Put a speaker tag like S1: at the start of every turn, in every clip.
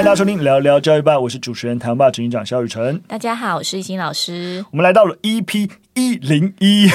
S1: 大家收听聊聊教育吧，我是主持人台湾吧执行长萧雨辰。
S2: 大家好，我是一心老师。
S1: 我们来到了 EP 101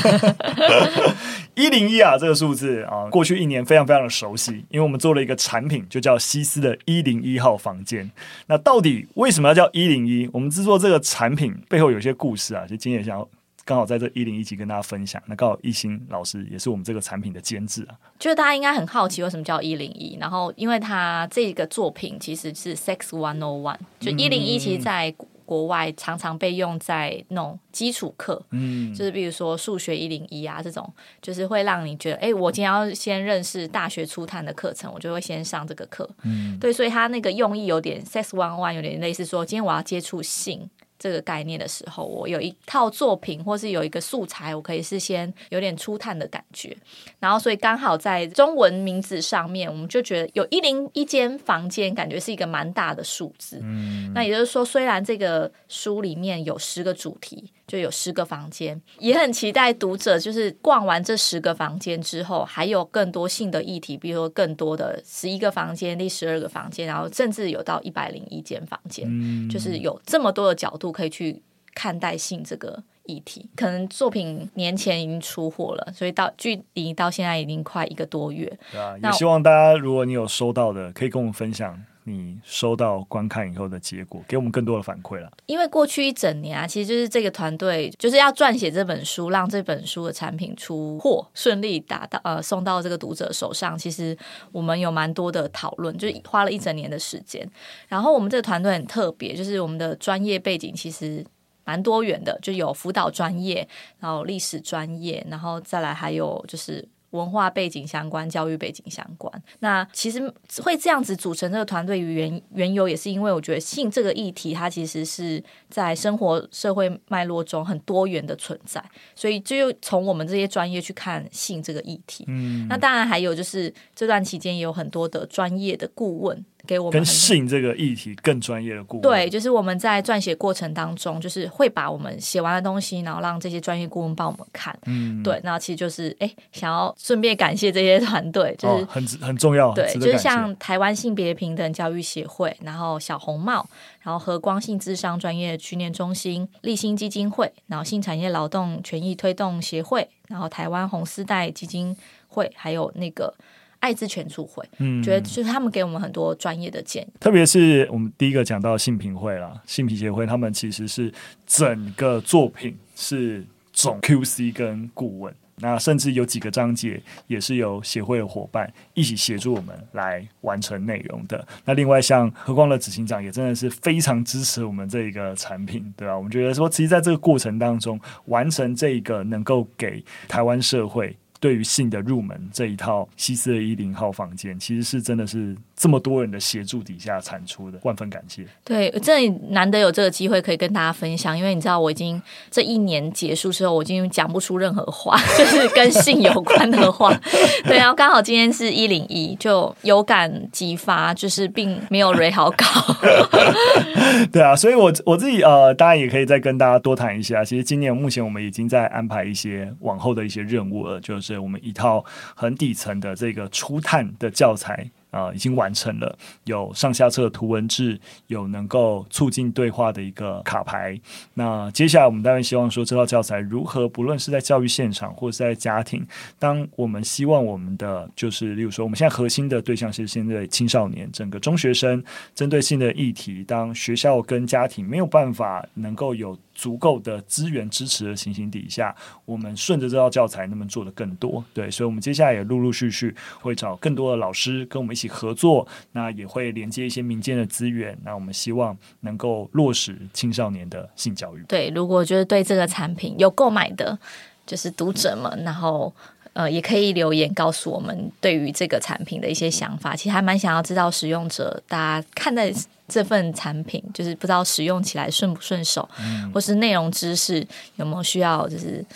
S1: 101啊，这个数字啊，过去一年非常非常的熟悉，因为我们做了一个产品，就叫西斯的101号房间。那到底为什么要叫101？我们制作这个产品背后有些故事啊，就今天也想要刚好在这101集跟大家分享。那刚好一心老师也是我们这个产品的监制啊，
S2: 就大家应该很好奇为什么叫101，然后因为它这个作品其实是 Sex 101，就101其实在国外常常被用在那种基础课，就是比如说数学101啊这种，就是会让你觉得，我今天要先认识大学初探的课程，我就会先上这个课。对，所以它那个用意有点 Sex 101，有点类似说，今天我要接触性这个概念的时候，我有一套作品或是有一个素材，我可以是先有点初探的感觉，然后所以刚好在中文名字上面，我们就觉得有101间房间，感觉是一个蛮大的数字。那也就是说，虽然这个书里面有10个主题，就有10个房间，也很期待读者就是逛完这10个房间之后，还有更多性的议题，比如说更多的11个房间、第12个房间，然后甚至有到101间房间，就是有这么多的角度可以去看待性这个议题。可能作品年前已经出货了，所以距离到现在已经快1个多月。
S1: 对啊，也希望大家如果你有收到的，可以跟我们分享你收到观看以后的结果，给我们更多的反馈啦。
S2: 因为过去一整年啊，其实就是这个团队就是要撰写这本书，让这本书的产品出货顺利送到这个读者手上。其实我们有蛮多的讨论，就是花了一整年的时间。然后我们这个团队很特别，就是我们的专业背景其实蛮多元的，就有辅导专业，然后历史专业，然后再来还有就是文化背景相关、教育背景相关。那其实会这样子组成这个团队缘由，也是因为我觉得性这个议题，它其实是在生活社会脉络中很多元的存在，所以就从我们这些专业去看性这个议题。那当然还有就是这段期间也有很多的专业的顾问给我们
S1: 跟性这个议题更专业的顾问。
S2: 对，就是我们在撰写过程当中，就是会把我们写完的东西，然后让这些专业顾问帮我们看。对，那其实就是想要顺便感谢这些团队，就是
S1: 很重要。
S2: 对，就是像台湾性别平等教育协会，然后小红帽，然后和光性諮商专业训练中心、立新基金会，然后性产业劳动权益推动协会，然后台湾红丝带基金会，还有那个爱之全促会，觉得就是他们给我们很多专业的建议。
S1: 特别是我们第一个讲到性平会啦，性平协会，他们其实是整个作品是总 QC 跟顾问，那甚至有几个章节也是由协会的伙伴一起协助我们来完成内容的。那另外像何光的执行长也真的是非常支持我们这一个产品，对吧？我们觉得说，其实在这个过程当中，完成这一个能够给台湾社会对于性的入门这一套西斯的101号房间，其实是真的是这么多人的协助底下产出的，万分感谢。
S2: 对，真的难得有这个机会可以跟大家分享，因为你知道我已经这一年结束之后，我已经讲不出任何话，就是跟性有关的话。对，然后刚好今天是101，就有感激发，就是并没有蕊好稿。
S1: 对啊，所以我自己当然也可以再跟大家多谈一下。其实今年目前我们已经在安排一些往后的一些任务了，就是我们一套很底层的这个初探的教材已经完成了，有上下册图文字，有能够促进对话的一个卡牌。那接下来我们当然希望说，这套教材如何不论是在教育现场或是在家庭，当我们希望我们的就是例如说我们现在核心的对象是现在青少年，整个中学生针对性的议题，当学校跟家庭没有办法能够有足够的资源支持的情形底下，我们顺着这套教材能不能做得更多。对，所以我们接下来也陆陆续续会找更多的老师跟我们一起合作，那也会连接一些民间的资源，那我们希望能够落实青少年的性教育。
S2: 对，如果就是对这个产品有购买的就是读者们，然后也可以留言告诉我们对于这个产品的一些想法。其实还蛮想要知道使用者大家看待这份产品，就是不知道使用起来顺不顺手，或是内容知识有没有需要就是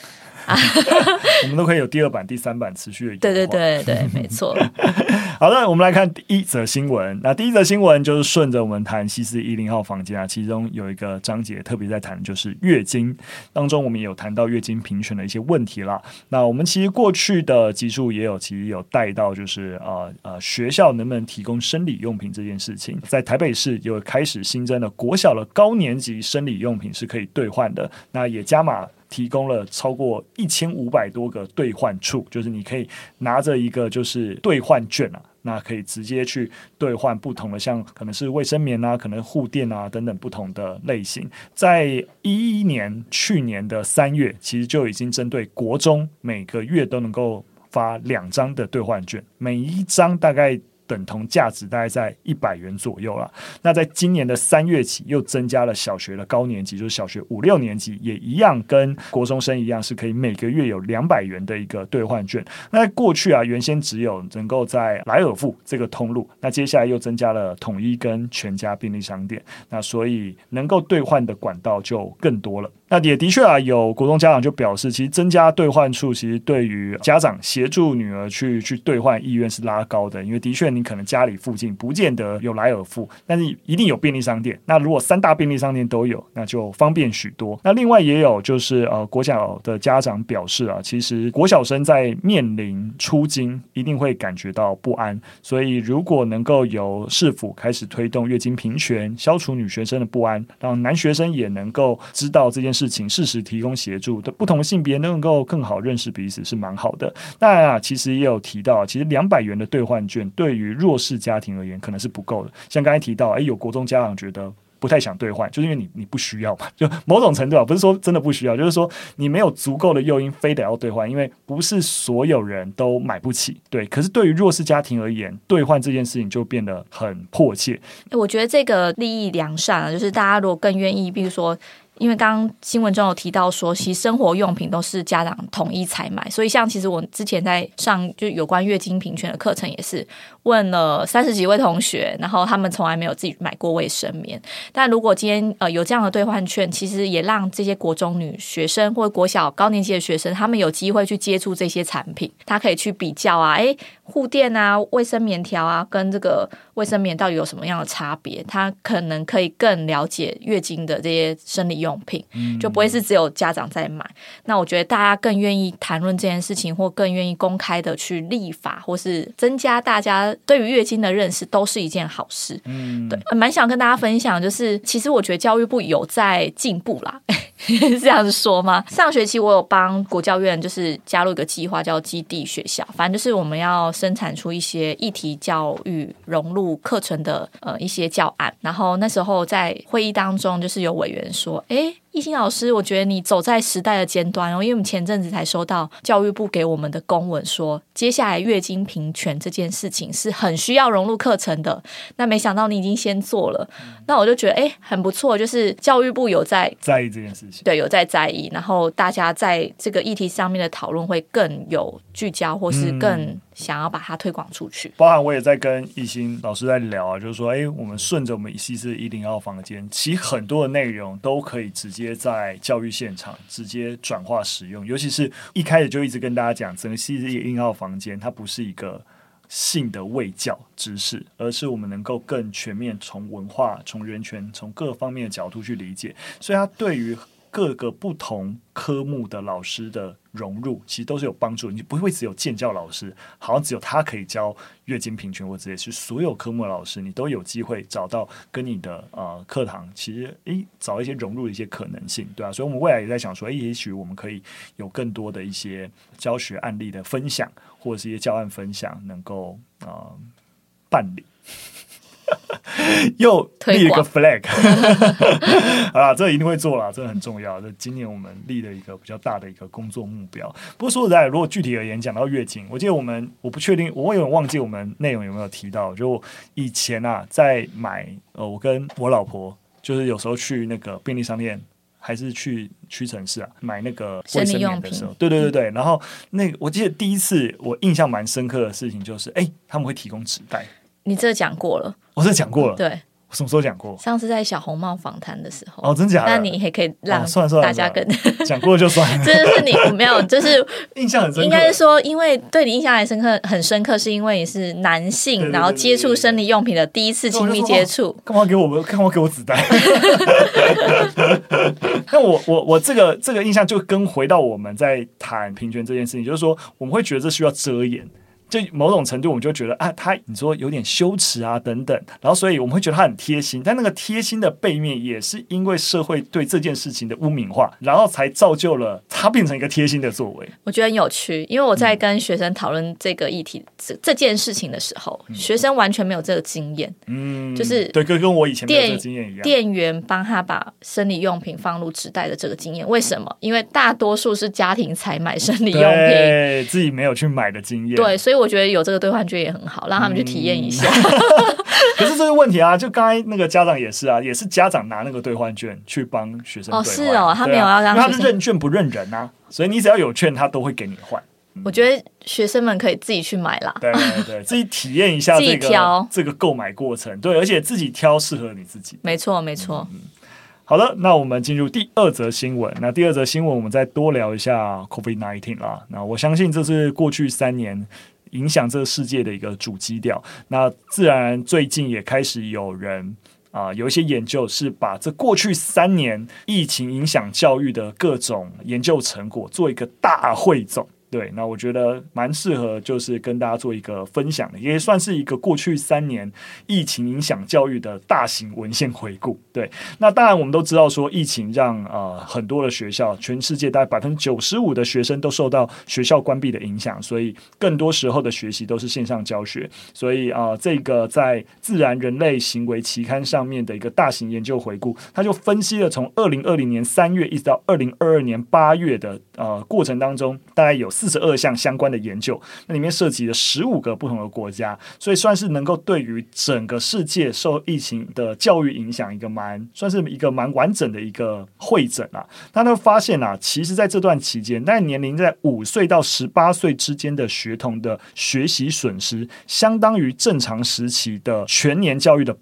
S1: 我们都可以有第2版第3版持续的优化。
S2: 对对对对，没错。
S1: 好的，我们来看第一则新闻。那第一则新闻就是顺着我们谈西斯110号房间啊，其中有一个章节特别在谈就是月经当中，我们也有谈到月经平权的一些问题啦。那我们其实过去的集数也有其实有带到就是学校能不能提供生理用品这件事情，在台北市有开始新增了国小的高年级生理用品是可以兑换的，那也加码提供了超过1500多个兑换处，就是你可以拿着一个就是兑换券啊，那可以直接去兑换不同的，像可能是卫生棉啊，可能护垫啊等等不同的类型。在2011年去年的3月，其实就已经针对国中每个月都能够发2张的兑换券，每一张大概等同价值大概在100元左右啦。那在今年的3月起又增加了小学的高年级，就是小学5、6年级也一样跟国中生一样，是可以每个月有200元的一个兑换券。那在过去啊，原先只有能够在莱尔富这个通路，那接下来又增加了统一跟全家便利商店，那所以能够兑换的管道就更多了。那也的确啊，有国中家长就表示，其实增加兑换处，其实对于家长协助女儿去兑换意愿是拉高的，因为的确你可能家里附近不见得有莱尔富，但是一定有便利商店。那如果3大便利商店都有，那就方便许多。那另外也有就是国小的家长表示啊，其实国小生在面临初经一定会感觉到不安，所以如果能够由市府开始推动月经平权，消除女学生的不安，让男学生也能够知道这件事情，适时提供协助，不同性别能够更好认识彼此是蛮好的。当然啊，其实也有提到，其实200元的兑换券对于弱势家庭而言可能是不够的。像刚才提到，有国中家长觉得不太想兑换，就是因为你不需要嘛，就某种程度啊，不是说真的不需要，就是说你没有足够的诱因非得要兑换，因为不是所有人都买不起。对，可是对于弱势家庭而言，兑换这件事情就变得很迫切。
S2: 我觉得这个利益良善啊，就是大家如果更愿意，比如说因为刚刚新闻中有提到说，其实生活用品都是家长统一采买，所以像其实我之前在上就有关月经平权的课程，也是问了30几位同学，然后他们从来没有自己买过卫生棉。但如果今天有这样的兑换券，其实也让这些国中女学生或者国小高年级的学生，他们有机会去接触这些产品，他可以去比较啊，护垫啊、卫生棉条啊，跟这个卫生棉到底有什么样的差别，他可能可以更了解月经的这些生理用品，就不会是只有家长在买。那我觉得大家更愿意谈论这件事情，或更愿意公开的去立法，或是增加大家对于月经的认识，都是一件好事。对，蛮想跟大家分享，就是其实我觉得教育部有在进步啦，是这样子说吗？上学期我有帮国教院就是加入一个计划叫基地学校，反正就是我们要生产出一些议题教育融入课程的一些教案。然后那时候在会议当中，就是有委员说，奕欣老师，我觉得你走在时代的尖端哦，因为我们前阵子才收到教育部给我们的公文说，接下来月经平权这件事情是很需要融入课程的。那没想到你已经先做了，那我就觉得很不错，就是教育部有在
S1: 意这件事情，
S2: 对，有在意，然后大家在这个议题上面的讨论会更有聚焦，或是更想要把它推广出去。
S1: 包含我也在跟奕欣老师在聊啊，就是说，我们顺着我们西斯110号房间，其实很多的内容都可以直接在教育现场直接转化使用，尤其是一开始就一直跟大家讲，整个西斯110号房间它不是一个性的卫教知识，而是我们能够更全面从文化、从人权、从各方面的角度去理解，所以它对于各个不同科目的老师的融入其实都是有帮助。你不会只有建教老师好像只有他可以教月经平权或者是所有科目的老师你都有机会找到跟你的课堂其实找一些融入的一些可能性，对啊，所以我们未来也在想说也许我们可以有更多的一些教学案例的分享或者是一些教案分享能够办理又立了个 flag 好啦，这一定会做啦，这很重要，这今年我们立了一个比较大的一个工作目标。不过说实在，如果具体而言讲到月经，我记得我不确定，我有点忘记我们内容有没有提到，就以前在买我跟我老婆就是有时候去那个便利商店还是去屈臣氏买那个卫生棉的时候，对，然后我记得第一次我印象蛮深刻的事情就是他们会提供纸袋。
S2: 你这讲过了，
S1: 我这讲过了，
S2: 对，
S1: 什么时候讲过？
S2: 上次在小红帽访谈的时候。
S1: 哦，真假的？
S2: 那你也可以让大家跟
S1: 讲过就算了。
S2: 这是你没有，就是
S1: 印象很深刻。
S2: 应该是说，因为对你印象很深刻，是因为你是男性，
S1: 对对对对对，
S2: 然后接触生理用品的第一次亲密接触。
S1: 干嘛给我子弹？那我这个印象就跟回到我们在谈平权这件事情，就是说我们会觉得这需要遮掩。就某种程度我们就觉得他你说有点羞耻啊等等，然后所以我们会觉得他很贴心，但那个贴心的背面也是因为社会对这件事情的污名化，然后才造就了他变成一个贴心的作为。
S2: 我觉得很有趣，因为我在跟学生讨论这个议题、这件事情的时候，学生完全没有这个经验，就是
S1: 对，跟我以前没有这个经验一样，
S2: 店员帮他把生理用品放入纸袋的这个经验，为什么？因为大多数是家庭才买生理用品，
S1: 对，自己没有去买的经验，
S2: 对，所以我觉得有这个兑换券也很好，让他们去体验一下。
S1: 可是这个问题啊，就刚才那个家长也是啊，也是家长拿那个兑换券去帮学生兑换。
S2: 哦，是哦，他没有要让学生，
S1: 因为他是认券不认人啊，所以你只要有券，他都会给你换。
S2: 我觉得学生们可以自己去买啦，
S1: 对对对，自己体验一下这个购买过程，对，而且自己挑适合你自己。
S2: 没错没错。
S1: 好了，那我们进入第二则新闻。那第二则新闻，我们再多聊一下 COVID-19 啦。那我相信这是过去3年影响这个世界的一个主基调。那自然最近也开始有人有一些研究是把这过去3年疫情影响教育的各种研究成果做一个大汇总。对，那我觉得蛮适合，就是跟大家做一个分享的，也算是一个过去3年疫情影响教育的大型文献回顾。对，那当然我们都知道说，疫情让很多的学校，全世界大概95%的学生都受到学校关闭的影响，所以更多时候的学习都是线上教学。所以这个在《自然人类行为》期刊上面的一个大型研究回顾，它就分析了从2020年3月一直到2022年8月的过程当中，大概有42项相关的研究，那里面涉及了15个不同的国家，所以算是能够对于整个世界受疫情的教育影响算是一个蛮完整的一个汇整啊。那他发现其实在这段期间，大概年龄在5岁到18岁之间的学童的学习损失，相当于正常时期的全年教育的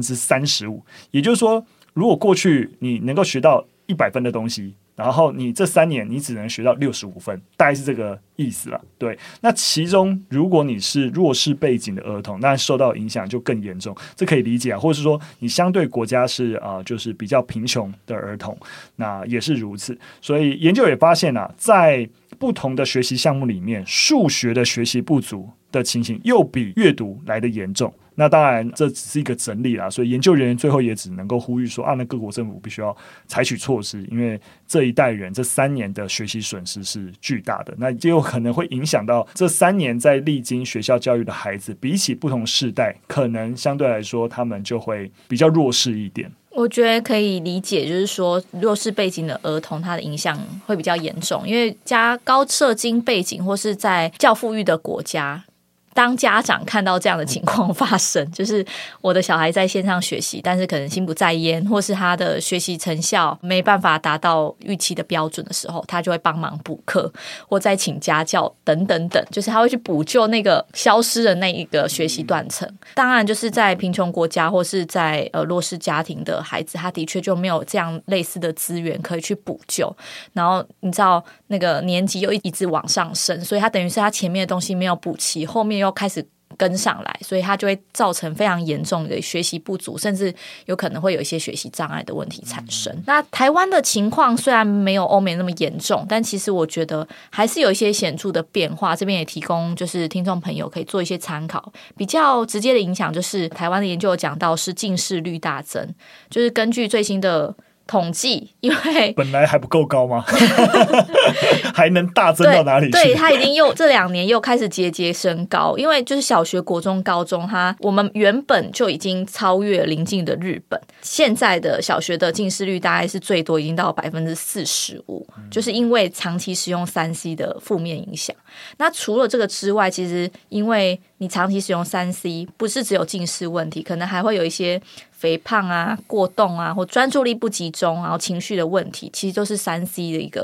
S1: 35%。也就是说，如果过去你能够学到100分的东西，然后你这3年你只能学到65分，大概是这个意思啦。对，那其中如果你是弱势背景的儿童，那受到影响就更严重，这可以理解啊。或者是说你相对国家是就是比较贫穷的儿童，那也是如此。所以研究也发现在不同的学习项目里面，数学的学习不足的情形又比阅读来得严重。那当然这只是一个整理啦，所以研究人员最后也只能够呼吁说那各国政府必须要采取措施，因为这一代人这3年的学习损失是巨大的，那也有可能会影响到这3年在历经学校教育的孩子，比起不同世代，可能相对来说他们就会比较弱势一点。
S2: 我觉得可以理解，就是说弱势背景的儿童，他的影响会比较严重，因为高社经背景或是在较富裕的国家，当家长看到这样的情况发生，就是我的小孩在线上学习，但是可能心不在焉，或是他的学习成效没办法达到预期的标准的时候，他就会帮忙补课或再请家教等等等，就是他会去补救那个消失的那一个学习断层。当然就是在贫穷国家或是在弱势家庭的孩子，他的确就没有这样类似的资源可以去补救，然后你知道那个年级又一直往上升，所以他等于是他前面的东西没有补齐，后面又开始跟上来，所以它就会造成非常严重的学习不足，甚至有可能会有一些学习障碍的问题产生。那台湾的情况虽然没有欧美那么严重，但其实我觉得还是有一些显著的变化，这边也提供就是听众朋友可以做一些参考。比较直接的影响就是台湾的研究有讲到是近视率大增，就是根据最新的统计，因为
S1: 本来还不够高吗？还能大增到哪里去？
S2: 对，它已经这2年又开始节节升高，因为就是小学、国中、高中，我们原本就已经超越邻近的日本，现在的小学的近视率大概是最多已经到45%，就是因为长期使用3C 的负面影响。那除了这个之外，其实因为你长期使用3C，不是只有近视问题，可能还会有一些肥胖啊、过动啊，或专注力不集中，然后情绪的问题，其实都是3C 的一个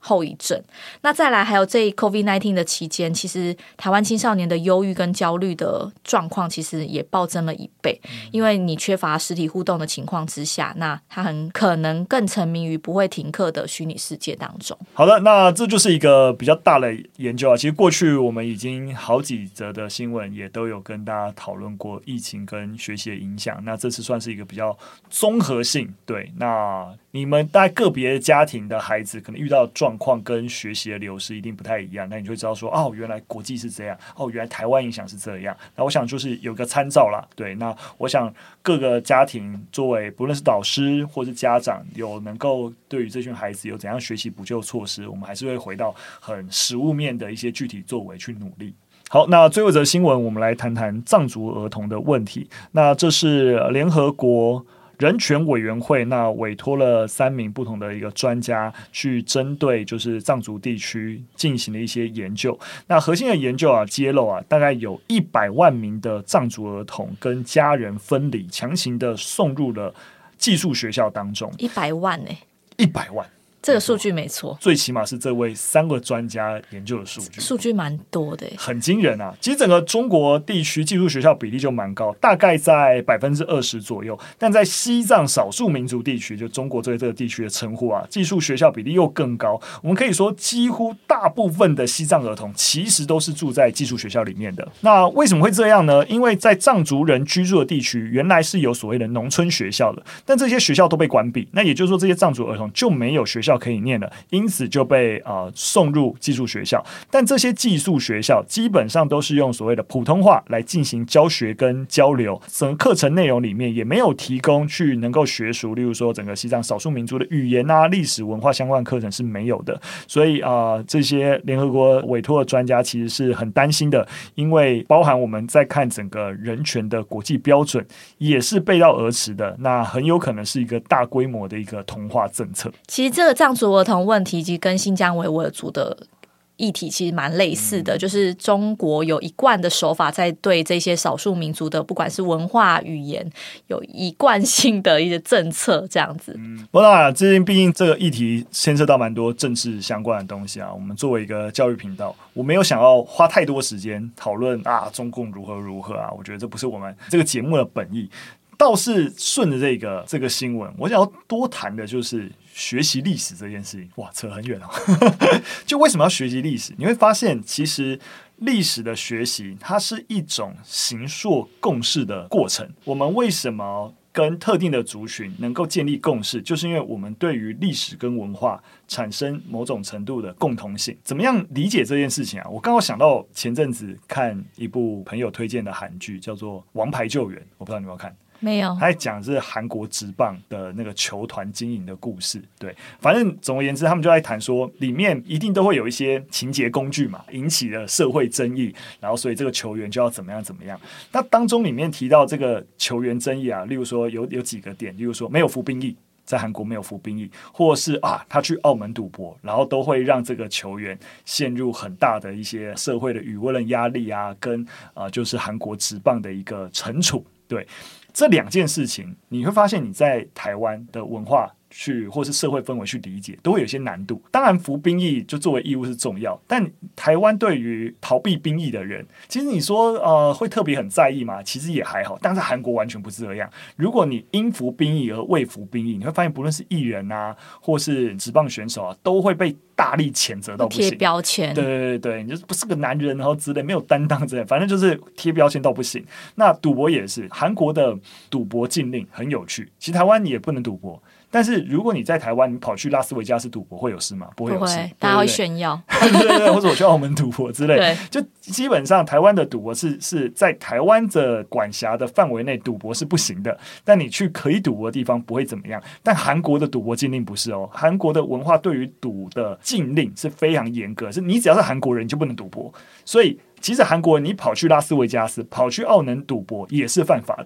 S2: 后遗症。那再来还有这 COVID-19 的期间，其实台湾青少年的忧郁跟焦虑的状况其实也暴增了1倍，因为你缺乏实体互动的情况之下，那他很可能更沉迷于不会停课的虚拟世界当中。
S1: 好的，那这就是一个比较大的研究啊。其实过去我们已经好几则的新闻也都有跟大家讨论过疫情跟学习的影响，那这次算是一个比较综合性。对，那你们在个别家庭的孩子可能遇到的状况跟学习的流失一定不太一样，那你就会知道说，哦，原来国际是这样，哦，原来台湾影响是这样。那我想就是有个参照啦。对，那我想各个家庭作为不论是导师或是家长，有能够对于这群孩子有怎样学习补救措施，我们还是会回到很实务面的一些具体作为去努力。好，那最后一则新闻，我们来谈谈藏族儿童的问题。那这是联合国人权委员会那委托了3名不同的一个专家去针对就是藏族地区进行了一些研究。那核心的研究啊，揭露啊，大概有100万名的藏族儿童跟家人分离，强行的送入了寄宿学校当中。
S2: 100万
S1: 100万。
S2: 这个数据没错，
S1: 最起码是这位3个专家研究的数据
S2: 蛮多的，
S1: 很惊人啊！其实整个中国地区寄宿学校比例就蛮高，大概在20%左右。但在西藏少数民族地区，就中国对这个地区的称呼啊，寄宿学校比例又更高。我们可以说，几乎大部分的西藏儿童其实都是住在寄宿学校里面的。那为什么会这样呢？因为在藏族人居住的地区，原来是有所谓的农村学校的，但这些学校都被关闭。那也就是说，这些藏族儿童就没有学校可以念了，因此就被送入寄宿学校。但这些寄宿学校基本上都是用所谓的普通话来进行教学跟交流，整个课程内容里面也没有提供去能够学熟，例如说整个西藏少数民族的语言啊、历史文化相关课程是没有的。所以这些联合国委托的专家其实是很担心的，因为包含我们在看整个人权的国际标准也是背道而驰的，那很有可能是一个大规模的一个同化政策。
S2: 其实这个藏族儿童问题其实跟新疆维吾尔族的议题其实蛮类似的，就是中国有一贯的手法在对这些少数民族的不管是文化语言有一贯性的一些政策这样子。
S1: 当然最近毕竟这个议题牵涉到蛮多政治相关的东西啊，我们作为一个教育频道，我没有想要花太多时间讨论中共如何啊，我觉得这不是我们这个节目的本意。倒是顺着这个新闻，我想要多谈的就是学习历史这件事情。哇，扯很远哦。就为什么要学习历史？你会发现，其实历史的学习它是一种形塑共识的过程。我们为什么跟特定的族群能够建立共识，就是因为我们对于历史跟文化产生某种程度的共同性。怎么样理解这件事情啊？我刚好想到前阵子看一部朋友推荐的韩剧，叫做《王牌救援》，我不知道你有没有看。
S2: 没有，
S1: 他在讲是韩国职棒的那个球团经营的故事。对，反正总而言之，他们就在谈说，里面一定都会有一些情节工具嘛，引起了社会争议，然后所以这个球员就要怎么样。那当中里面提到这个球员争议啊，例如说有几个点，例如说没有服兵役。在韩国没有服兵役，或者是他去澳门赌博，然后都会让这个球员陷入很大的一些社会的舆论压力啊，跟就是韩国职棒的一个惩处。对，这2件事情，你会发现你在台湾的文化去或是社会氛围去理解，都会有些难度。当然，服兵役就作为义务是重要，但台湾对于逃避兵役的人，其实你说会特别很在意吗？其实也还好。但是韩国完全不是这样。如果你因服兵役而未服兵役，你会发现不论是艺人啊，或是职棒选手啊，都会被大力谴责到不行，
S2: 贴标签。
S1: 对，你就是不是个男人，然后之类没有担当之类，反正就是贴标签到不行。那赌博也是，韩国的赌博禁令很有趣，其实台湾也不能赌博。但是如果你在台湾，你跑去拉斯维加斯赌博会有事吗？不会有事，
S2: 大家会炫耀，
S1: 对，或者我去澳门赌博之类，就基本上台湾的赌博是在台湾的管辖的范围内，赌博是不行的。但你去可以赌博的地方不会怎么样。但韩国的赌博禁令不是哦，韩国的文化对于赌的禁令是非常严格，是你只要是韩国人你就不能赌博。所以其实韩国人你跑去拉斯维加斯、跑去澳门赌博也是犯法的。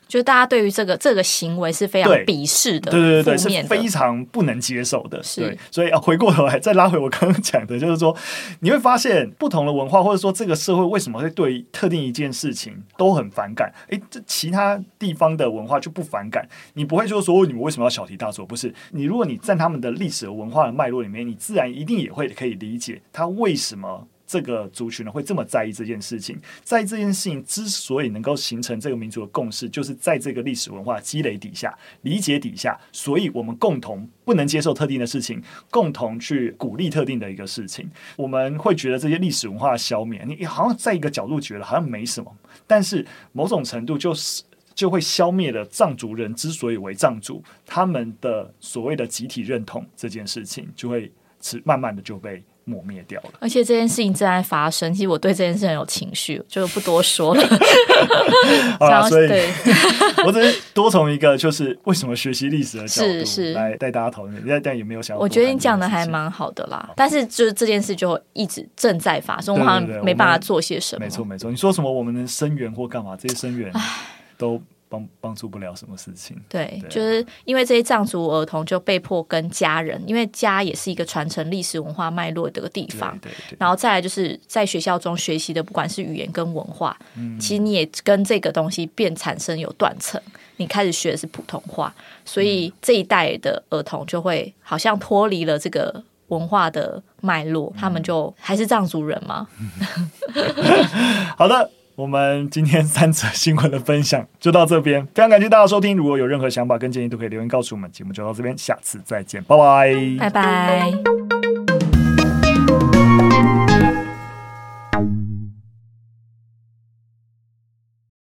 S2: 就大家对于这个行为是非常鄙视的，
S1: 对，是非常不能接受的。对，所以回过头来再拉回我刚刚讲的，就是说你会发现不同的文化，或者说这个社会为什么会对特定一件事情都很反感，这其他地方的文化就不反感。你不会就是说你们为什么要小题大做，不是，如果你在他们的历史文化的脉络里面，你自然一定也会可以理解他为什么这个族群呢会这么在意这件事情。在这件事情之所以能够形成这个民族的共识，就是在这个历史文化积累底下、理解底下，所以我们共同不能接受特定的事情，共同去鼓励特定的一个事情。我们会觉得这些历史文化的消灭，你好像在一个角度觉得好像没什么，但是某种程度就会消灭了藏族人之所以为藏族，他们的所谓的集体认同这件事情，就会慢慢的就被抹灭掉了。
S2: 而且这件事情正在发生，其实我对这件事很有情绪，就不多说了。
S1: 所以我只是多从一个就是为什么学习历史的角度来带大家讨论，但也没有想要。
S2: 我觉得你讲的还蛮好的啦，但是就是这件事就一直正在发生，我们好像没办法做些什么。
S1: 没错，你说什么我们能声援或干嘛，这些声援都帮助不了什么事情。
S2: 对，就是因为这些藏族儿童就被迫跟家人，因为家也是一个传承历史文化脉络的地方，对，然后再来就是在学校中学习的不管是语言跟文化，其实你也跟这个东西产生有断层，你开始学的是普通话，所以这一代的儿童就会好像脱离了这个文化的脉络，他们就还是藏族人吗？
S1: 好的，我们今天3则新闻的分享就到这边，非常感谢大家收听。如果有任何想法跟建议，都可以留言告诉我们。节目就到这边，下次再见，拜拜，
S2: 拜拜。